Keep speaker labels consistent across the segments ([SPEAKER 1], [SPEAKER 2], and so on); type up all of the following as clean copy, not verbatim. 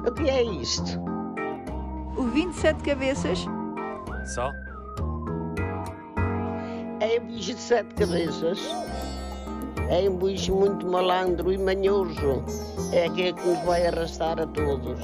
[SPEAKER 1] O que é isto?
[SPEAKER 2] O 27 cabeças?
[SPEAKER 3] Só?
[SPEAKER 1] É um bicho de 7 cabeças. É um bicho muito malandro e manhoso. É aquele que nos vai arrastar a todos.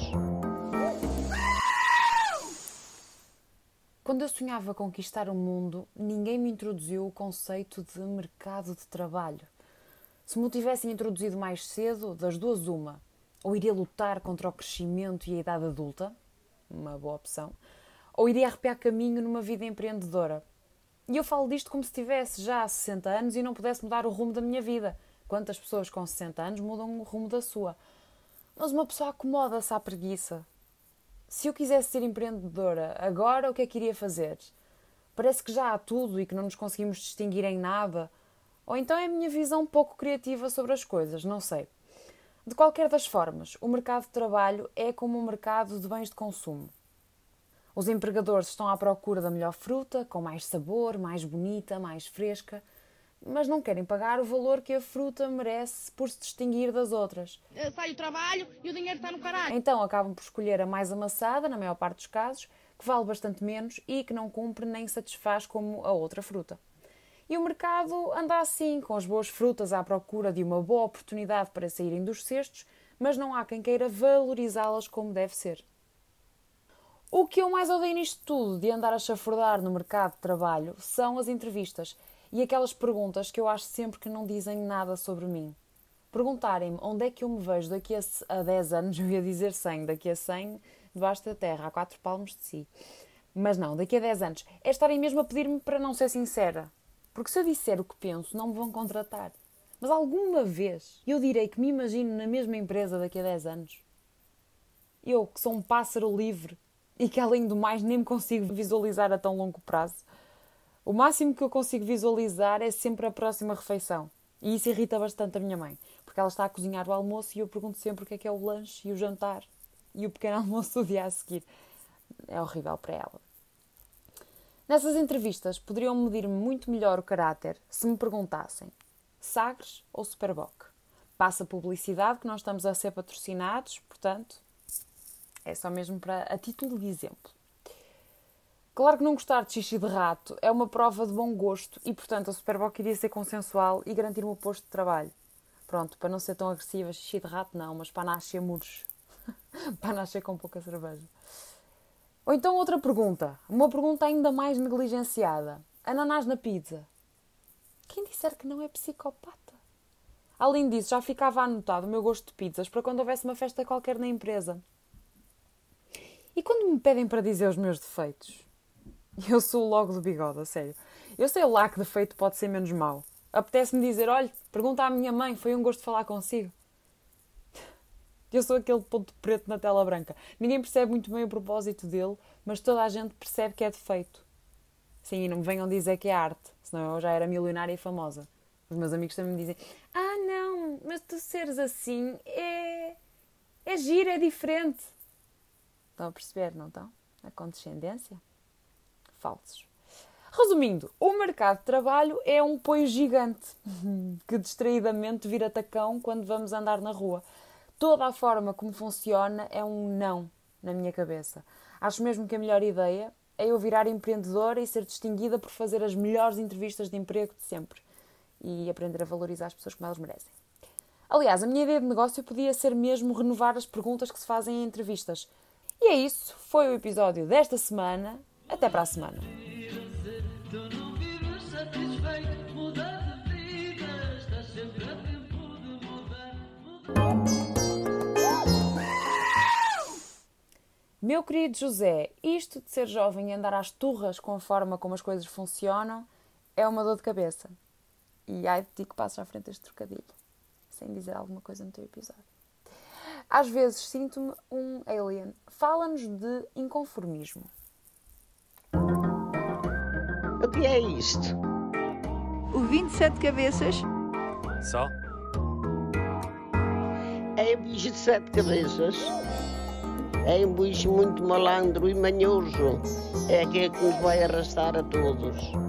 [SPEAKER 4] Quando eu sonhava conquistar o mundo, ninguém me introduziu o conceito de mercado de trabalho. Se me o tivessem introduzido mais cedo, das duas uma, ou iria lutar contra o crescimento e a idade adulta, uma boa opção, ou iria arrepiar caminho numa vida empreendedora. E eu falo disto como se tivesse já 60 anos e não pudesse mudar o rumo da minha vida. Quantas pessoas com 60 anos mudam o rumo da sua? Mas uma pessoa acomoda-se à preguiça. Se eu quisesse ser empreendedora, agora o que é que iria fazer? Parece que já há tudo e que não nos conseguimos distinguir em nada. Ou então é a minha visão pouco criativa sobre as coisas, não sei. De qualquer das formas, o mercado de trabalho é como um mercado de bens de consumo. Os empregadores estão à procura da melhor fruta, com mais sabor, mais bonita, mais fresca, mas não querem pagar o valor que a fruta merece por se distinguir das outras.
[SPEAKER 5] Sai o trabalho e o dinheiro está no caralho.
[SPEAKER 4] Então acabam por escolher a mais amassada, na maior parte dos casos, que vale bastante menos e que não cumpre nem satisfaz como a outra fruta. E o mercado anda assim, com as boas frutas à procura de uma boa oportunidade para saírem dos cestos, mas não há quem queira valorizá-las como deve ser. O que eu mais odeio nisto tudo, de andar a chafurdar no mercado de trabalho, são as entrevistas e aquelas perguntas que eu acho sempre que não dizem nada sobre mim. Perguntarem-me onde é que eu me vejo daqui a 10 anos, eu ia dizer 100, daqui a 100, debaixo da terra, a 4 palmos de si. Mas não, daqui a 10 anos. É estarem mesmo a pedir-me para não ser sincera. Porque se eu disser o que penso, não me vão contratar. Mas alguma vez eu direi que me imagino na mesma empresa daqui a 10 anos? Eu, que sou um pássaro livre e que, além do mais, nem me consigo visualizar a tão longo prazo. O máximo que eu consigo visualizar é sempre a próxima refeição. E isso irrita bastante a minha mãe, porque ela está a cozinhar o almoço e eu pergunto sempre o que é o lanche e o jantar e o pequeno almoço do dia a seguir. É horrível para ela. Nessas entrevistas poderiam medir-me muito melhor o caráter se me perguntassem Sagres ou Superboc? Passa publicidade que nós estamos a ser patrocinados, portanto, é só mesmo a título de exemplo. Claro que não gostar de xixi de rato é uma prova de bom gosto e, portanto, a Superboc iria ser consensual e garantir-me o posto de trabalho. Pronto, para não ser tão agressiva, xixi de rato não, mas para nascer muros. Para nascer com pouca cerveja. Ou então outra pergunta, uma pergunta ainda mais negligenciada. Ananás na pizza. Quem disser que não é psicopata? Além disso, já ficava anotado o meu gosto de pizzas para quando houvesse uma festa qualquer na empresa. E quando me pedem para dizer os meus defeitos? Eu sou logo do bigode, a sério. Eu sei lá que defeito pode ser menos mau. Apetece-me dizer, olha, pergunta à minha mãe, foi um gosto falar consigo. Eu sou aquele ponto preto na tela branca. Ninguém percebe muito bem o propósito dele, mas toda a gente percebe que é defeito. Sim, e não me venham dizer que é arte, senão eu já era milionária e famosa. Os meus amigos também me dizem, não, mas tu seres assim é giro, é diferente. Estão a perceber, não estão? A condescendência? Falsos. Resumindo, o mercado de trabalho é um poio gigante que distraidamente vira tacão quando vamos andar na rua. Toda a forma como funciona é um não na minha cabeça. Acho mesmo que a melhor ideia é eu virar empreendedora e ser distinguida por fazer as melhores entrevistas de emprego de sempre e aprender a valorizar as pessoas como elas merecem. Aliás, a minha ideia de negócio podia ser mesmo renovar as perguntas que se fazem em entrevistas. E é isso, foi o episódio desta semana. Até para a semana. Meu querido José, isto de ser jovem e andar às turras com a forma como as coisas funcionam é uma dor de cabeça. E ai de ti que passes à frente deste trocadilho, sem dizer alguma coisa no teu episódio. Às vezes sinto-me um alien. Fala-nos de inconformismo.
[SPEAKER 1] O que é isto?
[SPEAKER 2] O 27 cabeças?
[SPEAKER 3] Só?
[SPEAKER 1] É um bicho de 7 cabeças. É um bicho muito malandro e manhoso. É aquele que nos vai arrastar a todos.